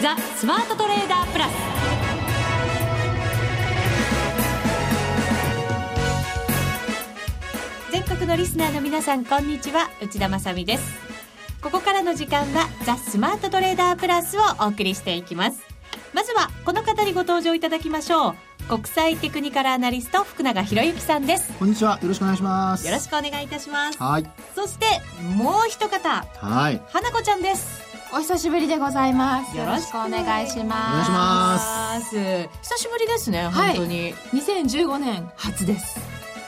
ザ・スマートトレーダープラス。全国のリスナーの皆さん、こんにちは、内田まさみです。ここからの時間はザ・スマートトレーダープラスをお送りしていきます。まずはこの方にご登場いただきましょう。国際テクニカルアナリスト、福永博之さんです。 こんにちは、よろしくお願いします。 よろしくお願いいたします。 はい。 そしてもう一方、 はい、 花子ちゃんです。 お久しぶりでございます。 よろしくお願いします。 お願いします。 久しぶりですね、 はい、 本当に。 2015年初です。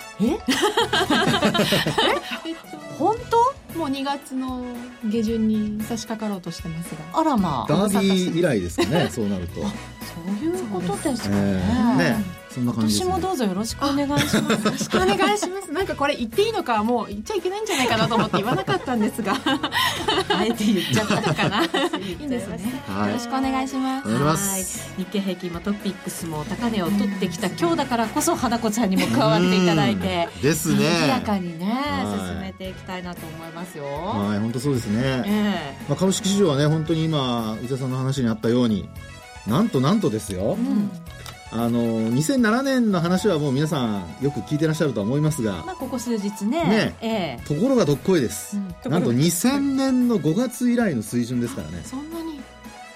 本当？ もう2月の下旬に差し掛かろうとしてますが。 あらまあ。 ダービー以来ですかね、そうなると。 そういうことですかね。 ね、そんな感じですね。 私もどうぞよろしくお願いします。 よろしくお願いします。なんかこれ言っていいのか、もう言っちゃいけないんじゃないかなと思って言わなかったんですがあえて言っちゃったのかな。いいいんですね、 はい、 よろしくお願いします。 お願いします。 日経平均もトピックスも高値を取ってきた今日だからこそ、花子ちゃんにも加わっていただいてですね、 賑やかにね、進めていきたいなと思いますよ。 はい、本当そうですね。株式市場はね、本当に今内田さんの話にあったように、なんとですよ、2007年の話はもう皆さんよく聞いてらっしゃるとは思いますが、 ここ数日ね、 ところがどっこいです、なんと2000年の5月以来の水準ですからね。 そんなに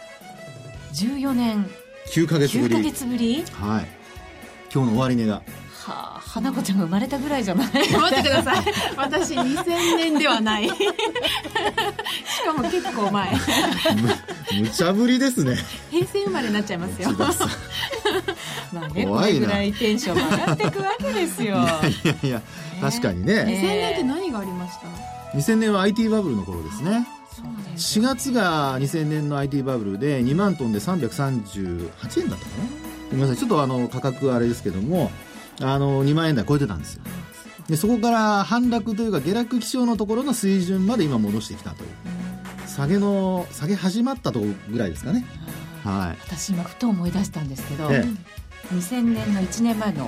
14年 9ヶ月ぶり。 9ヶ月ぶり、 はい、今日の終値が花子ちゃんが生まれたぐらいじゃない？ 待ってください、私2000年ではないしかも結構前無茶ぶりですね。 平成生まれになっちゃいますよまあね、これぐらいテンション上がっていくわけですよ。 いや確かにね。 2000年って何がありました？ 2000 年は IT バブルの頃ですね。4月が2000年の IT バブルで2万トンで338円だったかな。ごめんなさい、ちょっと価格あれですけども、2万円台超えてたんですよ。でそこから反落というか下落基調のところの水準まで今戻してきたという、下げ始まったとぐらいですかね。はい、 私今ふと思い出したんですけど、2000年の1年前の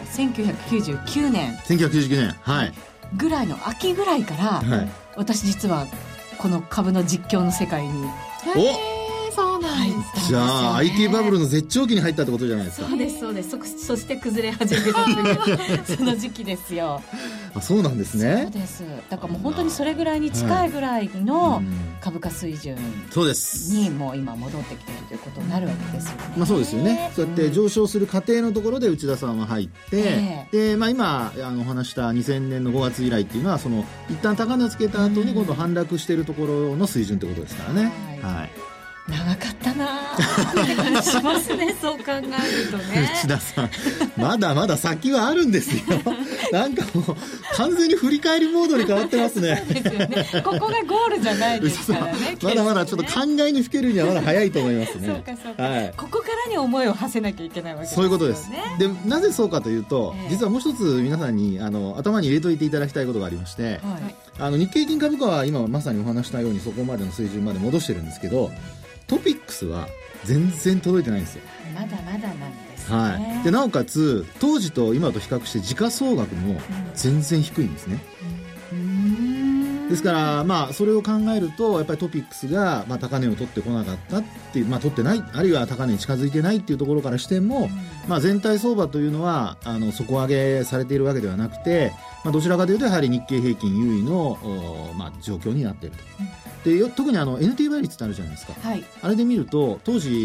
1999年はいぐらいの秋ぐらいから、私実はこの株の実況の世界にそうなんですか。 じゃあ IT バブルの絶頂期に入ったってことじゃないですか。 そうです、そうです。そして崩れ始めるその時期ですよ。 あ、そうなんですね。 そうです。だからもう本当にそれぐらいに近いぐらいの株価水準にもう今戻ってきているということになるわけですよね。 そうですよね。そうやって上昇する過程のところで内田さんは入って、で、今お話した2000年の5月以来っていうのは、その一旦高値をつけた後に今度反落しているところの水準ってことですからね。はい。 長かったなって感じしますねそう考えるとね。 内田さん、まだまだ先はあるんですよなんかもう完全に振り返りモードに変わってますね。 ですよね。ここがゴールじゃないですからねまだまだちょっと考えにふけるにはまだ早いと思いますね。 そうか、はい、ここからに思いを馳せなきゃいけないわけですよね。 そういうことです。で、なぜそうかというと、実はもう一つ皆さんに頭に入れといていただきたいことがありまして、日経平均株価は今まさにお話したようにそこまでの水準まで戻してるんですけど、トピックスは全然届いてないんですよ。 まだまだなんですね。 でなおかつ当時と今と比較して時価総額も全然低いんですね。ですからそれを考えるとやっぱりトピックスが高値を取ってこなかったっていう、取ってない、あるいは高値に近づいてないっていうところからしても、全体相場というのは底上げされているわけではなくて、どちらかというとやはり日経平均優位の、状況になっていると。で特にNT 倍率ってあるじゃないですか、あれで見ると当時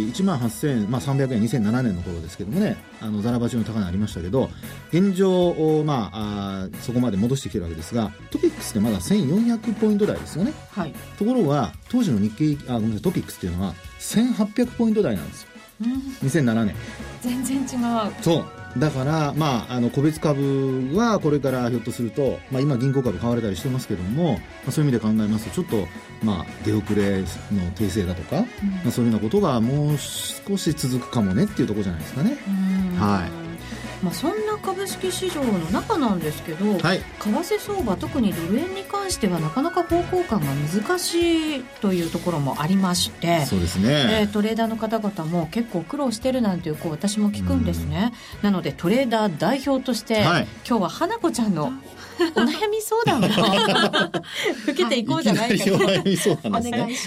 18,300円、2007年の頃ですけどもね、ザラバ中の高値ありましたけど、現状そこまで戻してきてるわけですが、トピックスってまだ1400ポイント台ですよね。ところが当時のトピックスっていうのは1800ポイント台なんですよ、2007年。 全然違う。 そうだから個別株はこれからひょっとすると、今銀行株買われたりしてますけども、そういう意味で考えますとちょっと出遅れの訂正だとか、そういうようなことがもう少し続くかもねっていうところじゃないですかね。 そんな株式市場の中なんですけど、 はい、 為替相場特にドル円に関してはなかなか方向感が難しいというところもありまして、 そうですね、 トレーダーの方々も結構苦労してるなんていう子私も聞くんですね。なのでトレーダー代表として、はい、今日は花子ちゃんのお悩み相談を受けていこうじゃないかと、お願いします、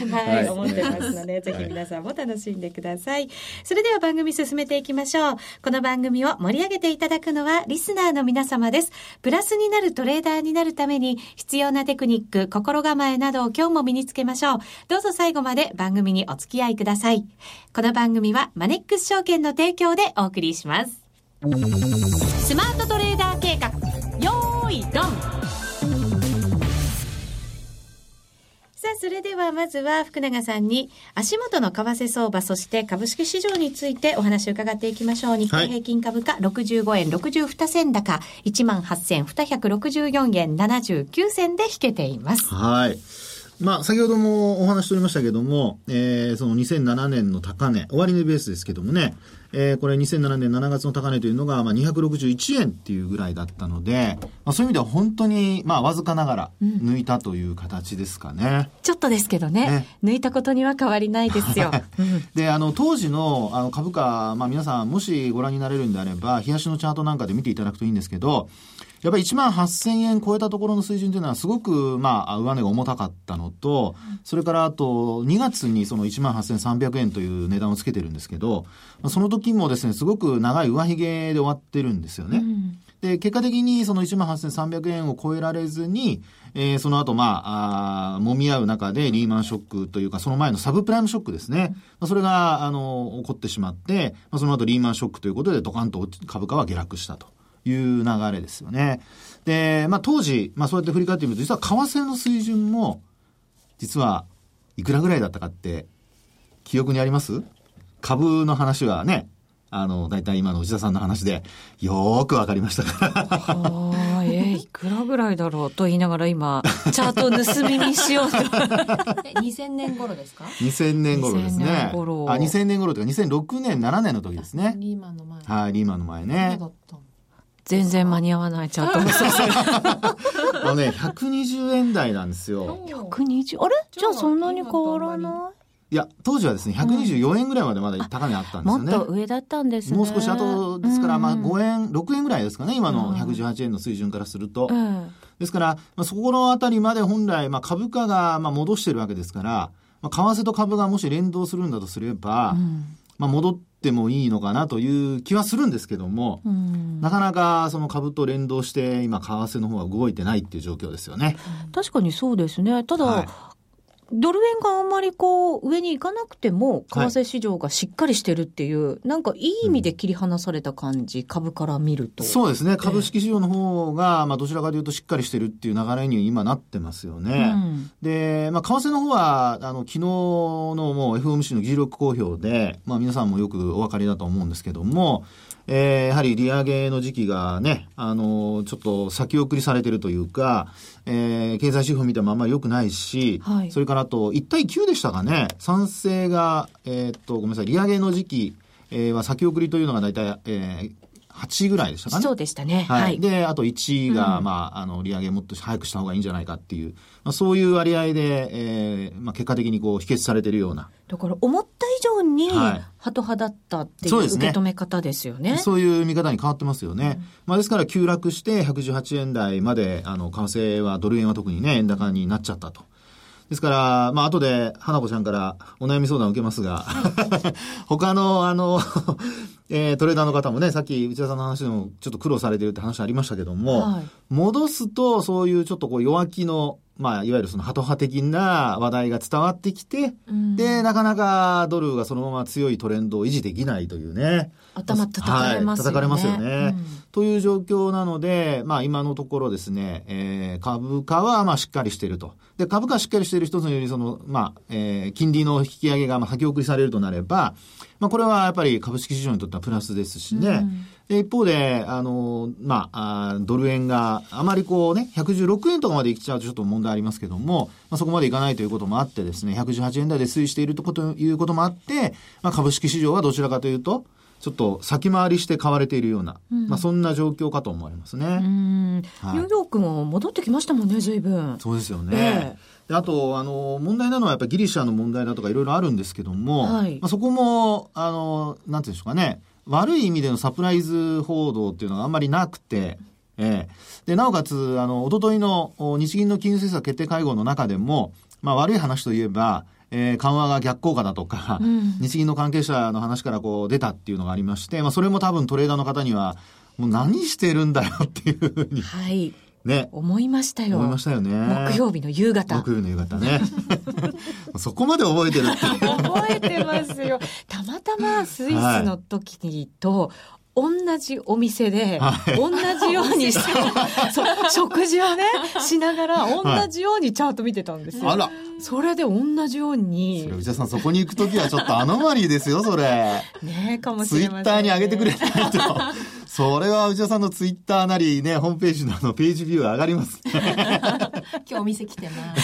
はい、思ってますので、ぜひ皆さんも楽しんでください。それでは番組進めていきましょう。この番組を盛り上げていただくのはリスナーの皆様です。プラスになるトレーダーになるために必要なテクニック、心構えなどを今日も身につけましょう。どうぞ最後まで番組にお付き合いください。この番組はマネックス証券の提供でお送りします。スマートトレーダー計画、よーいドン。さあ、それではまずは福永さんに足元の為替相場、そして株式市場についてお話を伺っていきましょう。日経平均株価65円62銭高 18,264 円79銭で引けています。 はい。まあ、先ほどもお話しておりましたけども、その2007年の高値、終値ベースですけどもね、これ2007年7月の高値というのが、261円っていうぐらいだったので、そういう意味では本当に、わずかながら抜いたという形ですかね。 ちょっとですけどね、抜いたことには変わりないですよ。 で、当時の、株価、皆さんもしご覧になれるんであれば、日足のチャートなんかで見ていただくといいんですけど、やっぱり 18,000 円超えたところの水準というのはすごく、上値が重たかったのと、それからあと、2月にその 18,300 円という値段をつけてるんですけど、その時もですね、すごく長い上髭で終わってるんですよね。で、結果的にその 18,300 円を超えられずに、その後、揉み合う中でリーマンショックというか、その前のサブプライムショックですね。それが、起こってしまって、その後リーマンショックということでドカンと株価は下落したという流れですよね。で、当時、そうやって振り返ってみると、実は為替の水準も、実はいくらぐらいだったかって、記憶にあります？株の話はね、だいたい今の内田さんの話で、よーくわかりましたから。 いくらぐらいだろうと言いながら今、チャートを盗みにしようと。2000年頃ですか？ 2000 年頃ですね。2000年頃というか2006年、7年の時ですね。 リーマンの前。 はい、リーマンの前ね。 全然間に合わないチャートもそうね、120円台なんですよ。 120？ あれ？じゃあそんなに変わらない？ いや、当時はですね、124円ぐらいまでまだ高値あったんですよね。 もっと上だったんですね。 もう少し後ですから、5円、6円ぐらいですかね、今の118円の水準からすると。ですから、そこのあたりまで本来、株価が戻してるわけですから、為替と株がもし連動するんだとすれば、戻ってもいいのかなという気はするんですけども、なかなかその株と連動して今為替の方は動いてないっていう状況ですよね。 確かにそうですね。ただ、ドル円があんまり上に行かなくても為替市場がしっかりしてるっていう、なんかいい意味で切り離された感じ、株から見ると。 そうですね。株式市場の方が、どちらかというとしっかりしてるっていう流れに今なってますよね。で、為替の方は、昨日のもう FOMC の議事録公表で、皆さんもよくお分かりだと思うんですけども、やはり利上げの時期がね、ちょっと先送りされてるというか、経済指標見てもあんまり良くないし、それからあと1対9でしたかね、賛成が、ごめんなさい、利上げの時期、は先送りというのがだいたい、8ぐらいでしたかね。 そうでしたね。 で、あと1が、利上げもっと早くした方がいいんじゃないかっていう、そういう割合で、結果的に否決されているような。 だから思った以上にハト派だったっていう受け止め方ですよね。 そういう見方に変わってますよね。ですから急落して118円台まで、為替はドル円は特にね、円高になっちゃったと。ですから、後で花子ちゃんからお悩み相談を受けますが、他のトレーダーの方もね、さっき内田さんの話でもちょっと苦労されてるって話ありましたけども、戻すとそういうちょっと弱気のいわゆるそのハト派的な話題が伝わってきて、で、なかなかドルがそのまま強いトレンドを維持できないというね。 頭叩かれますよね。 叩かれますよね。という状況なので、今のところですね、株価はしっかりしていると。で、株価しっかりしている一つのように、その、金利の引き上げが先送りされるとなれば、これはやっぱり株式市場にとってはプラスですしね。で一方で、ドル円があまり116円とかまでいっちゃうとちょっと問題ありますけども、そこまでいかないということもあってですね、118円台で推移しているということもあって、株式市場はどちらかというと、 ちょっと先回りして買われているような、そんな状況かと思われますね。 ニューヨークも戻ってきましたもんね、随分。 そうですよね。であと問題なのはやっぱりギリシャの問題だとかいろいろあるんですけども、そこもなんていうんでしょうかね、悪い意味でのサプライズ報道っていうのがあんまりなくて、でなおかつ一昨日の日銀の金融政策決定会合の中でも、悪い話といえば緩和が逆効果だとか、日銀の関係者の話から出たっていうのがありまして、それも多分トレーダーの方にはもう何してるんだよっていうふうに、ね、 思いましたよ。 思いましたよね。 木曜日の夕方ね。 そこまで覚えてるって覚えてますよ。たまたまスイスの時にと、同じお店で、同じように食事をね、しながら、同じようにチャート見てたんですよ。 あら。 それで同じように。 それ内田さん、そこに行くときはちょっとアノマリーですよ、それ。 ねえ、かもしれません、ね。 ツイッターに上げてくれないと。それは内田さんのツイッターなりね、ホームページのページビュー上がります。 今日お店来てます。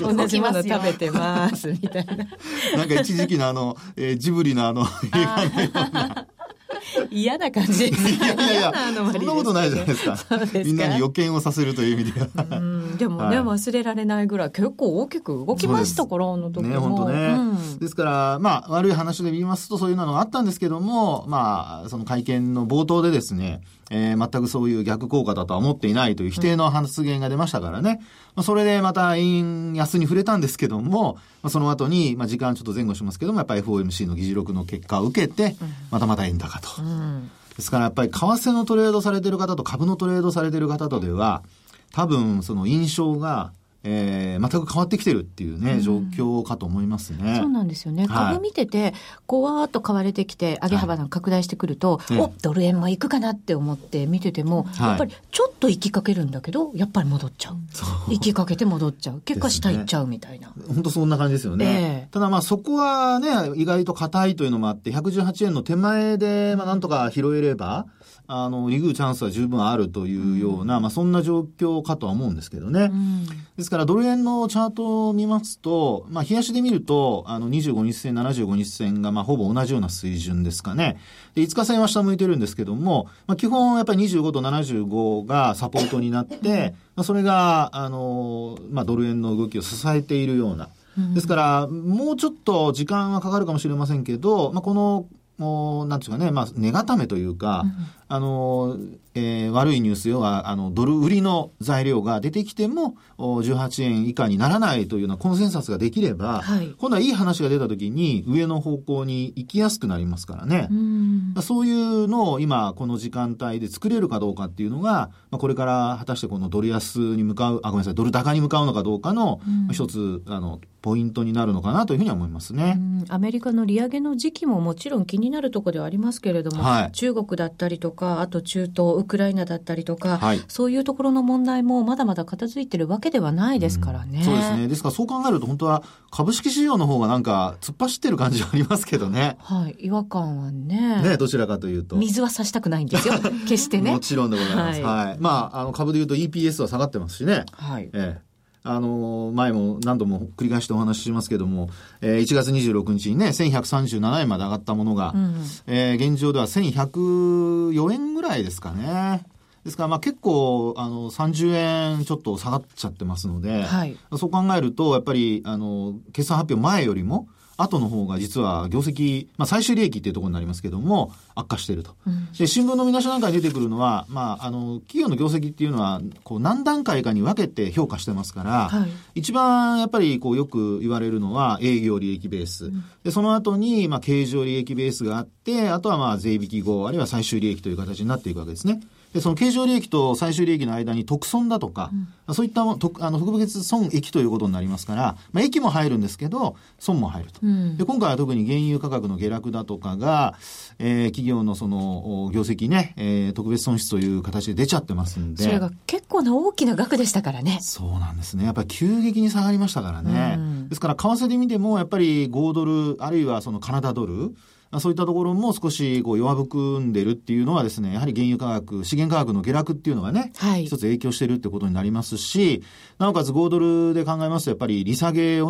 同じもの食べてます、みたいな。 なんか一時期のジブリの映画のような。 嫌な感じです。 いや、そんなことないじゃないですか。みんなに予見をさせるという意味では。 でもね、忘れられないぐらい結構大きく動きましたから、あの時も。 ね、本当ね。ですから、悪い話で言いますとそういうのがあったんですけども、その会見の冒頭でですね、全くそういう逆効果だとは思っていないという否定の発言が出ましたからね。それでまた円安に触れたんですけども、その後に、時間ちょっと前後しますけども、やっぱり FOMC の議事録の結果を受けて、また円高と。ですからやっぱり為替のトレードされている方と株のトレードされている方とでは、多分その印象が、全く変わってきてるっていうね、状況かと思いますね。 そうなんですよね。株見てて、わーっと買われてきて、上げ幅が拡大してくると、ドル円も行くかなって思って見てても、やっぱりちょっと行きかけるんだけど、やっぱり戻っちゃう。行きかけて戻っちゃう。結果下行っちゃうみたいな。 本当そんな感じですよね。ただそこはね、意外と硬いというのもあって、118円の手前で、なんとか拾えれば、利食うチャンスは十分あるというような、そんな状況かとは思うんですけどね。ですからドル円のチャートを見ますと、日足で見ると、25日線、75日線がほぼ同じような水準ですかね。で、5日線は下向いてるんですけども、基本やっぱり25と75がサポートになって、それが、ドル円の動きを支えているような。ですから、もうちょっと時間はかかるかもしれませんけど、この、なんていうかね、値固めというか、悪いニュース要はドル売りの材料が出てきても18円以下にならないというようなコンセンサスができれば、今度はいい話が出た時に上の方向に行きやすくなりますからね。そういうのを今この時間帯で作れるかどうかっていうのが、これから果たしてこのドル安に向かう、ごめんなさい、ドル高に向かうのかどうかの一つポイントになるのかなというふうには思いますね。 アメリカの利上げの時期ももちろん気になるところではありますけれども、中国だったりとか、あと中東ウクライナだったりとか、そういうところの問題もまだまだ片付いてるわけではないですからね。 そうですね。ですからそう考えると本当は株式市場の方がなんか突っ走ってる感じはありますけどね。 違和感はね。 どちらかというと。 水は差したくないんですよ。決してね。 もちろんでございます。株でいうと EPS は下がってますしね。前も何度も繰り返してお話ししますけども、1月26日にね、1137円まで上がったものが、現状では1104円ぐらいですかね。ですから結構30円ちょっと下がっちゃってますので、そう考えるとやっぱり決算発表前よりも後の方が実は業績、最終利益っていうところになりますけども悪化していると。で、新聞の見出しなんかに出てくるのは、企業の業績っていうのは何段階かに分けて評価してますから、一番やっぱりよく言われるのは営業利益ベース、でその後に経常利益ベースがあって、あとは税引き後あるいは最終利益という形になっていくわけですね。で、その経常利益と最終利益の間に特損だとか、そういった特別損益ということになりますから、益も入るんですけど、損も入ると。で、今回は特に原油価格の下落だとかが、企業のその業績ね、特別損失という形で出ちゃってますんで。 それが結構な大きな額でしたからね。 そうなんですね。やっぱり急激に下がりましたからね。ですから、為替で見ても、やっぱり5ドル、あるいはそのカナダドル、そういったところも少し弱含んでるっていうのはですね、やはり原油価格、資源価格の下落っていうのがね、一つ影響してるってことになりますし、なおかつ5ドルで考えますと、やっぱり利下げをね、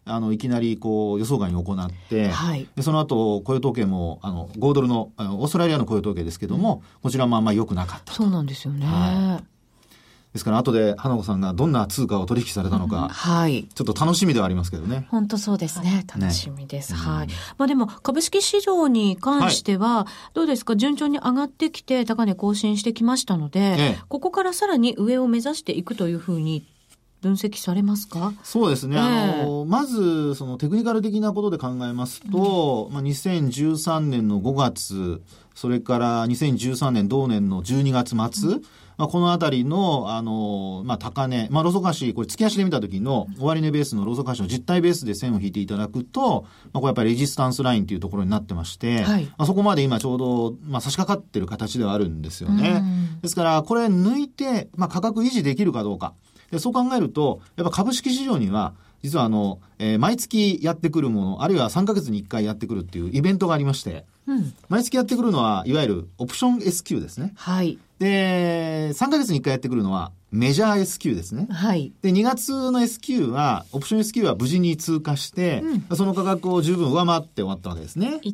いきなりこう予想外に行って、はい、でその後雇用統計も5ドルのオーストラリアの雇用統計ですけども、こちらもあんまり良くなかったと。 そうなんですよね。 はい、ですから後で花子さんがどんな通貨を取引されたのか、はい、ちょっと楽しみではありますけどね。 本当そうですね。楽しみです。ね、はい。まあでも株式市場に関しては、どうですか、順調に上がってきて高値更新してきましたので、ここからさらに上を目指していくというふうに分析されますか？ そうですね。まずそのテクニカル的なことで考えますと、2013年の5月、それから2013年同年の12月末、このあたりの、高値、ローソク足、これ月足で見た時の終値ベースのローソク足の実体ベースで線を引いていただくと、これやっぱりレジスタンスラインというところになってまして、はい、そこまで今ちょうど、差し掛かってる形ではあるんですよね。ですから、これ抜いて、価格維持できるかどうか。でそう考えると、やっぱ株式市場には、実は毎月やってくるもの、あるいは3ヶ月に1回やってくるっていうイベントがありまして、毎月やってくるのは、いわゆるオプション S q ですね。はい。で、3ヶ月に1回やってくるのは、メジャー S q ですね。はい。で、2月の S q は、オプション S q は無事に通過して、その価格を十分上回って終わったわけですね。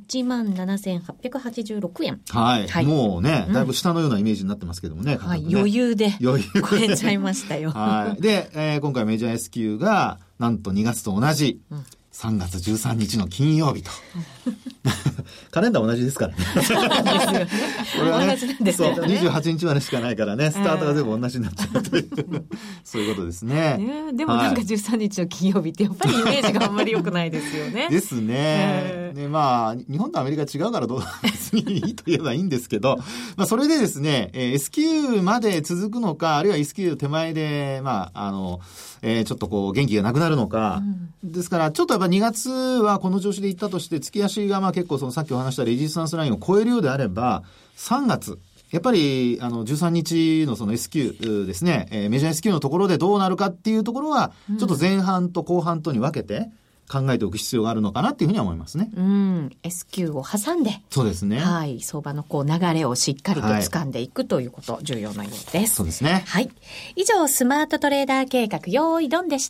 17,886 円。 はい。はい、もうね、だいぶ下のようなイメージになってますけどもね。 はい。余裕で。超えちゃいましたよ。 はい。で、今回メジャー S q が、なんと2月と同じ、3月13日の金曜日と。カレンダー同じですからね。そうなんですよね。これはね、同じなんですけどね。28日までしかないからね、スタートが全部同じになっちゃうという、そういうことですね。 でもなんか13日の金曜日ってやっぱりイメージがあんまり良くないですよね。 ですね。で、日本とアメリカ違うから別にいいと言えばいいんですけど、それでですね、S q まで続くのか、あるいは S q 手前で、ちょっとこう元気がなくなるのか、ですからちょっとやっぱ2月はこの調子でいったとして、月足が結構さっきお話したレジスタンスラインを超えるようであれば、3月、やっぱり13日のその S q ですね、メジャー S q のところでどうなるかっていうところは、ちょっと前半と後半とに分けて考えておく必要があるのかなっていうふうには思いますね。 S q を挟んで。 そうですね。 はい。相場の流れをしっかりと掴んでいくということ、重要なようです。 そうですね。 はい。以上、スマートトレーダー計画、用意ドンでした。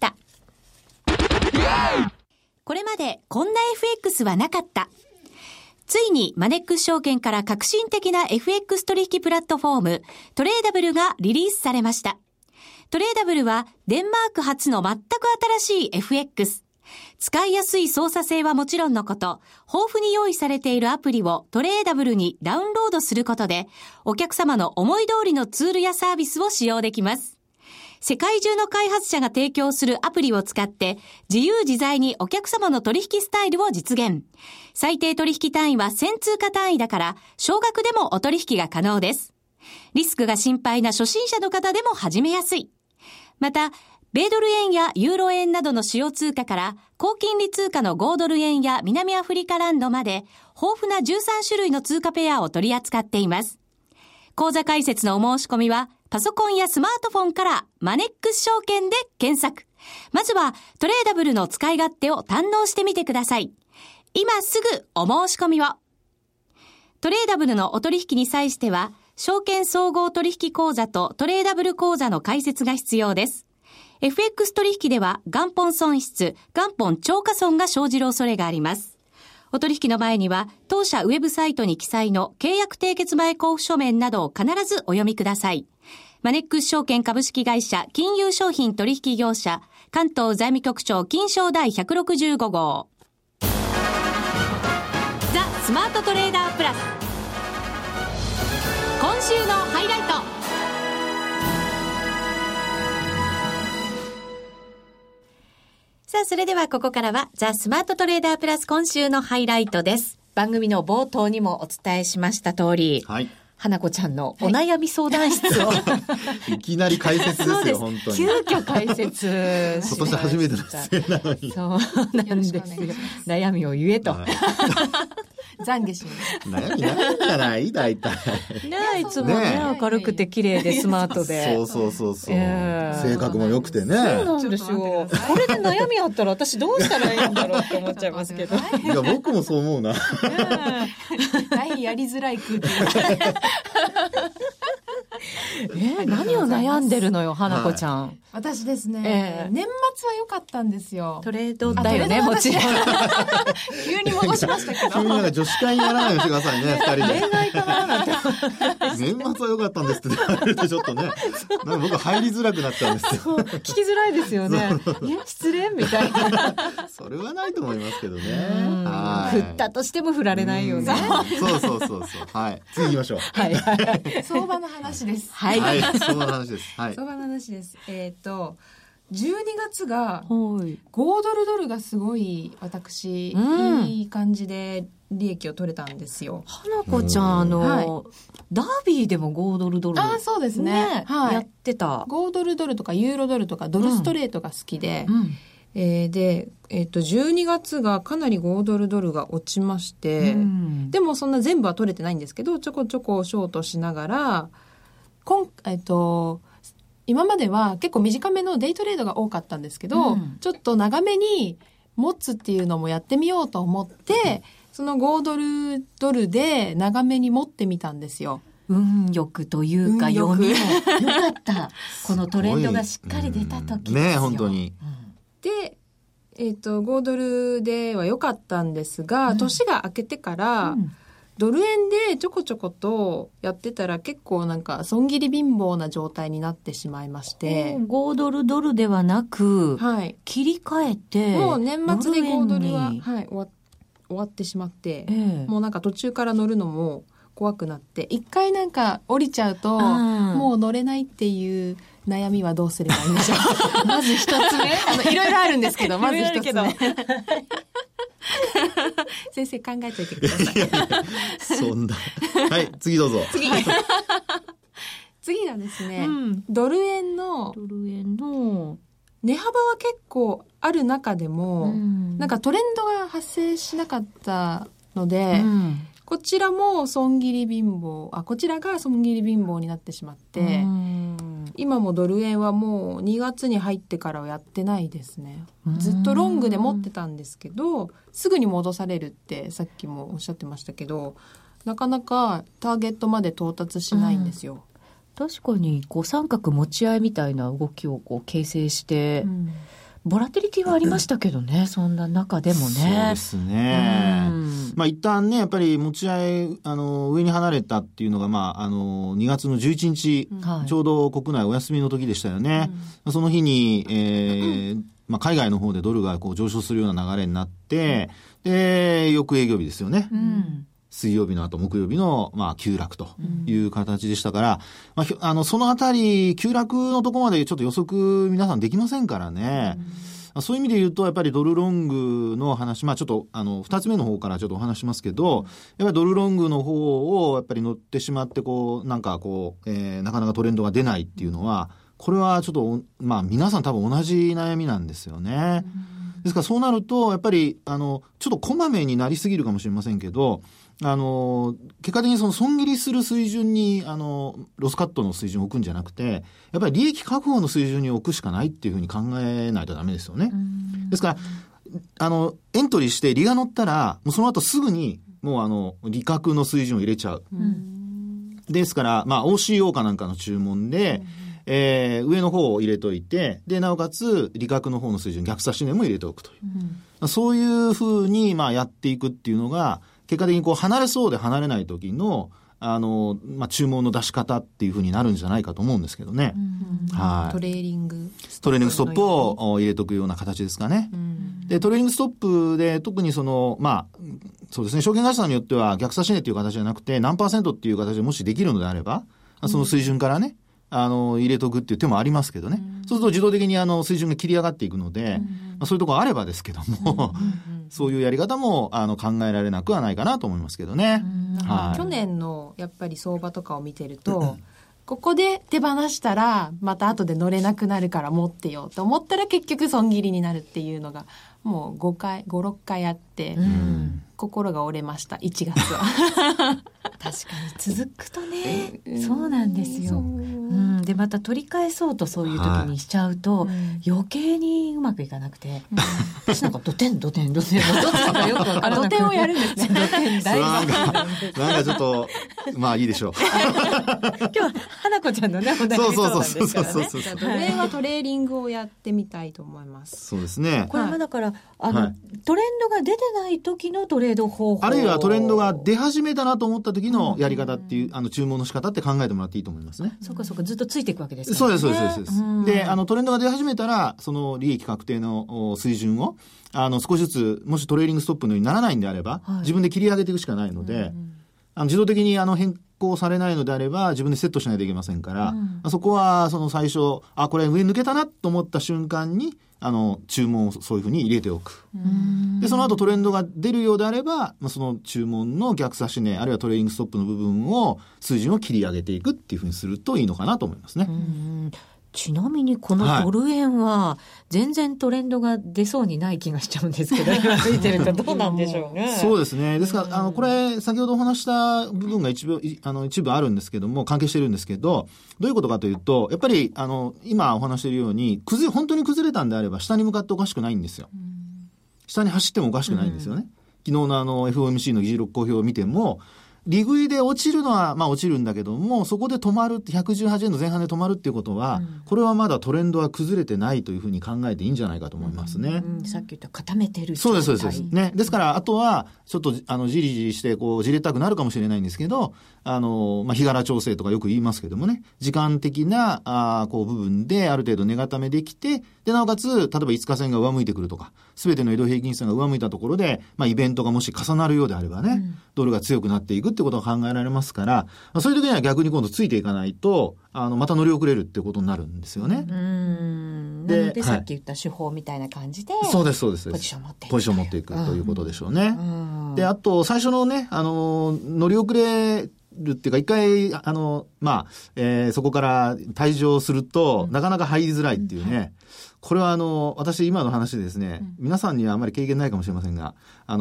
これまでこんな FX はなかった。ついにマネックス証券から革新的な FX 取引プラットフォームトレーダブルがリリースされました。トレーダブルはデンマーク発の全く新しい FX。使いやすい操作性はもちろんのこと、豊富に用意されているアプリをトレーダブルにダウンロードすることで、お客様の思い通りのツールやサービスを使用できます。世界中の開発者が提供するアプリを使って自由自在にお客様の取引スタイルを実現。最低取引単位は1000通貨単位だから少額でもお取引が可能です。リスクが心配な初心者の方でも始めやすい。また、米ドル円やユーロ円などの主要通貨から高金利通貨の5ドル円や南アフリカランドまで豊富な13種類の通貨ペアを取り扱っています。口座開設のお申し込みはパソコンやスマートフォンからマネックス証券で検索。まずはトレーダブルの使い勝手を堪能してみてください。今すぐお申し込みを。トレーダブルのお取引に際しては、証券総合取引口座とトレーダブル口座の開設が必要です。FX 取引では元本損失、元本超過損が生じる恐れがあります。お取引の前には当社ウェブサイトに記載の契約締結前交付書面などを必ずお読みください。マネックス証券株式会社金融商品取引業者関東財務局長金商第165号。ザ・スマートトレーダープラス。今週のハイライト。さあ、それではここからはザ・スマートトレーダープラス今週のハイライトです。番組の冒頭にもお伝えしました通り、はい、花子ちゃんのお悩み相談室を、 いきなり解説ですよ。本当に急遽解説今年初めての出演なのに。 そうなんですよ。悩みを言えと、はい、懺悔します。悩みないんじゃない？大体ね、いつもね、明るくて綺麗でスマートで、 そう、性格も良くてね。 そうなんですよ。これで悩みあったら私どうしたらいいんだろうって思っちゃいますけど。 いや、僕もそう思うな。 大変やりづらい空気。 何を悩んでるのよ花子ちゃん、はい、 私ですね、年末は良かったんですよ。 トレードだよね、もちろん急に戻しましたけど急になんか女子会にならないようにしてくださいね2人で恋愛かななんて年末は良かったんですって言われるとちょっとね、なんか僕入りづらくなっちゃうんですよ聞きづらいですよね失恋みたいなそれはないと思いますけどね。 振ったとしても振られないよね。 そうはい、次行きましょう。 はい相場の話です。 はい、相場の話です。はい、 相場の話です。12月が5ドルがすごい私、いい感じで利益を取れたんですよ。 花子ちゃんダービーでも5ドルそうですね、 はい、やってた。 5ドルとかユーロドルとかドルストレートが好きで、で、12月がかなり5ドルが落ちまして、でもそんな全部は取れてないんですけど、ちょこちょこショートしながら今までは結構短めのデイトレードが多かったんですけど、ちょっと長めに持つっていうのもやってみようと思って、その5ドルで長めに持ってみたんですよ。 運よくというか読みもよかったこのトレンドがしっかり出た時ですよね、本当に。 で、5ドルでは良かったんですが、年が明けてから、ドル円でちょこちょことやってたら結構なんか損切り貧乏な状態になってしまいまして、 5ドルではなく、切り替えてもう年末で5ドルは、終わってしまって、もうなんか途中から乗るのも怖くなって、一回なんか降りちゃうともう乗れないっていう悩みはどうすればいいんでしょうまず一つ目いろいろあるんですけど、まず一つ目先生考えといてください。 そんなはい次どうぞ。 次がですね、ドル円の値幅は結構ある中でも、なんかトレンドが発生しなかったので、こちらも損切り貧乏、こちらが損切り貧乏になってしまって、今もドル円はもう2月に入ってからはやってないですね。ずっとロングで持ってたんですけど、すぐに戻されるってさっきもおっしゃってましたけど、なかなかターゲットまで到達しないんですよ。 確かに三角持ち合いみたいな動きを形成して、ボラティリティはありましたけどね、そんな中でもね。 そうですね。一旦ね、やっぱり持ち合い、上に離れたっていうのが、2月の11日、ちょうど国内お休みの時でしたよね。その日に、海外の方でドルが上昇するような流れになって、で、翌営業日ですよね。水曜日の後木曜日の、急落という形でしたから、そのあたり、急落のところまでちょっと予測皆さんできませんからね。そういう意味で言うと、やっぱりドルロングの話、ちょっと、二つ目の方からちょっとお話しますけど、やっぱりドルロングの方を、やっぱり乗ってしまって、なかなかトレンドが出ないっていうのは、これはちょっと、皆さん多分同じ悩みなんですよね。ですからそうなると、やっぱり、ちょっとこまめになりすぎるかもしれませんけど、結果的にその損切りする水準に、ロスカットの水準を置くんじゃなくて、やっぱり利益確保の水準に置くしかないっていうふうに考えないとダメですよね。ですから、エントリーして利が乗ったら、もうその後すぐに、もう利確の水準を入れちゃう。ですから、OCO かなんかの注文で、上の方を入れといて、で、なおかつ利確の方の水準、逆差し値も入れておくという。そういうふうに、やっていくっていうのが、結果的に離れそうで離れない時の、注文の出し方っていうふうになるんじゃないかと思うんですけどね。 トレーリングストップを入れとくような形ですかね。で、トレーリングストップで特にそうですね、証券会社さんによっては逆差し値っていう形じゃなくて何%っていう形でもしできるのであれば、その水準からね、入れとくっていう手もありますけどね。そうすると自動的に水準が切り上がっていくので、そういうところあればですけども、そういうやり方も考えられなくはないかなと思いますけどね。 去年のやっぱり相場とかを見てると、ここで手放したらまた後で乗れなくなるから持ってよと思ったら結局損切りになるっていうのがもう5、6回あって、心が折れました1月は。 確かに続くとね、そうなんですよ。 でまた取り返そうとそういう時にしちゃうと、余計にうまくいかなくて、私なんかドテンどっちかよく分からなくてドテンをやるんですね。 ドテン大好きなんかちょっとまあいいでしょう。 今日は花子ちゃんのね、お題にそうなんですからね。 ドル円はトレーリングをやってみたいと思います。 そうですね。 これはだから、トレンドが出てない時のトレード方法、 あるいはトレンドが出始めたなと思った時のやり方っていう、注文の仕方って考えてもらっていいと思いますね。 そうかずっとついていくわけですからね。 そうです。で、トレンドが出始めたら、その利益確定の水準を、少しずつ、もしトレーリングストップのようにならないんであれば、自分で切り上げていくしかないので、自動的に変更されないのであれば、自分でセットしないといけませんから、そこは、最初、これ上抜けたなと思った瞬間に、注文をそういうふうに入れておく。で、その後トレンドが出るようであれば、その注文の逆差し値、あるいはトレーリングストップの部分を、水準を切り上げていくっていうふうにするといいのかなと思いますね。 ちなみにこのドル円は全然トレンドが出そうにない気がしちゃうんですけど、今見てるとどうなんでしょうね。 そうですね。ですからこれ先ほどお話した部分が一部あるんですけども、関係してるんですけど、どういうことかというと、やっぱり今お話しているように本当に崩れたんであれば下に向かっておかしくないんですよ。下に走ってもおかしくないんですよね。昨日のFOMC の議事録公表を見ても、利食いで落ちるのは落ちるんだけども、そこで止まるって118円の前半で止まるっていうことは、これはまだトレンドは崩れてないというふうに考えていいんじゃないかと思いますね。 さっき言った固めてるそうですね。ですからあとはちょっとじりじりしてじれたくなるかもしれないんですけど、日柄調整とかよく言いますけどもね、時間的な部分である程度値固めできて、でなおかつ例えば5日線が上向いてくるとか、すべての移動平均線が上向いたところで、イベントがもし重なるようであればね、ドルが強くなっていくってことが考えられますから、そういう時には逆に今度ついていかないとまた乗り遅れるってことになるんですよね。 なのでさっき言った手法みたいな感じで、 そうですポジション持っていくということでしょうね。で、あと最初のね乗り遅れるっていうか、一回そこから退場すると、なかなか入りづらいっていうね、これは私今の話でですね、皆さんにはあまり経験ないかもしれませんが、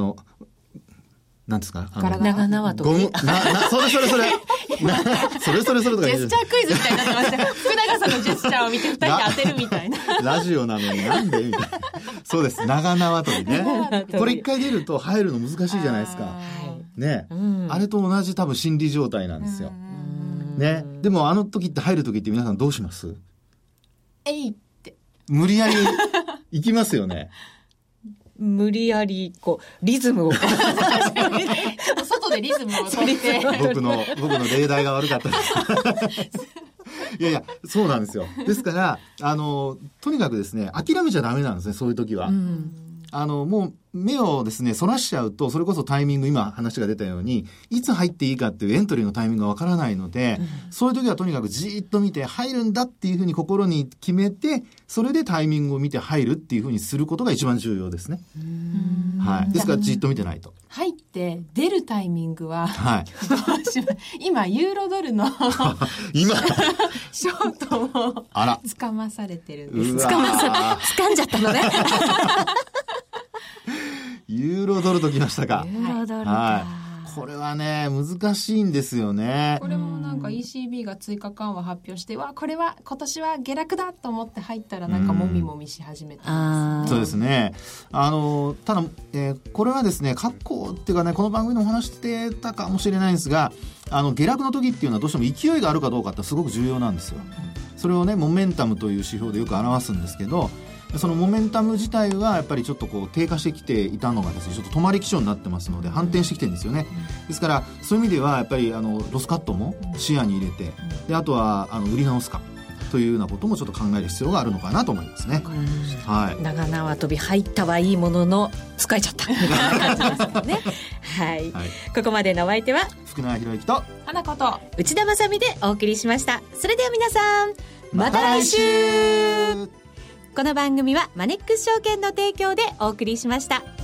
なんですか、 長縄とかそれとかジェスチャークイズみたいになってました福永さんのジェスチャーを見て2人で当てるみたいなラジオなのになんでみたいな。そうです、長縄跳びね。これ一回出ると入るの難しいじゃないですかね。あれと同じ多分心理状態なんですよね。でも時って入る時って皆さんどうします？ って無理やり行きますよね。 無理やりリズムを外でリズムを取って僕の例題が悪かったですいやそうなんですよ。ですからとにかくですね、諦めちゃダメなんですね、そういう時は。もう目をですねそらしちゃうと、それこそタイミング、今話が出たようにいつ入っていいかっていうエントリーのタイミングがわからないので、そういう時はとにかくじーっと見て入るんだっていうふうに心に決めて、それでタイミングを見て入るっていうふうにすることが一番重要ですね。ですからじーっと見てないと。 入って出るタイミングは、今ユーロドルの今ショートを掴まされてるんです。 掴んじゃったのねユーロドルときましたか。 ユーロドルか、 これはね難しいんですよね。 これもなんか ECB が追加緩和発表して、これは今年は下落だと思って入ったらなんかもみもみし始めたんですね。 そうですね。ただ、これはですね、過去っていうかね、この番組でもお話してたかもしれないんですが、下落の時っていうのはどうしても勢いがあるかどうかってすごく重要なんですよ。それをねモメンタムという指標でよく表すんですけど、そのモメンタム自体はやっぱりちょっと低下してきていたのがですね、ちょっと止まり基調になってますので反転してきてるんですよね。ですからそういう意味ではやっぱりロスカットも視野に入れて、であとは売り直すかというようなこともちょっと考える必要があるのかなと思いますね。 長縄跳び入ったはいいものの使えちゃったみたいな感じですよねここまでのお相手は福永博之と花子と内田まさみでお送りしました。それでは皆さんまた来週。この番組はマネックス証券の提供でお送りしました。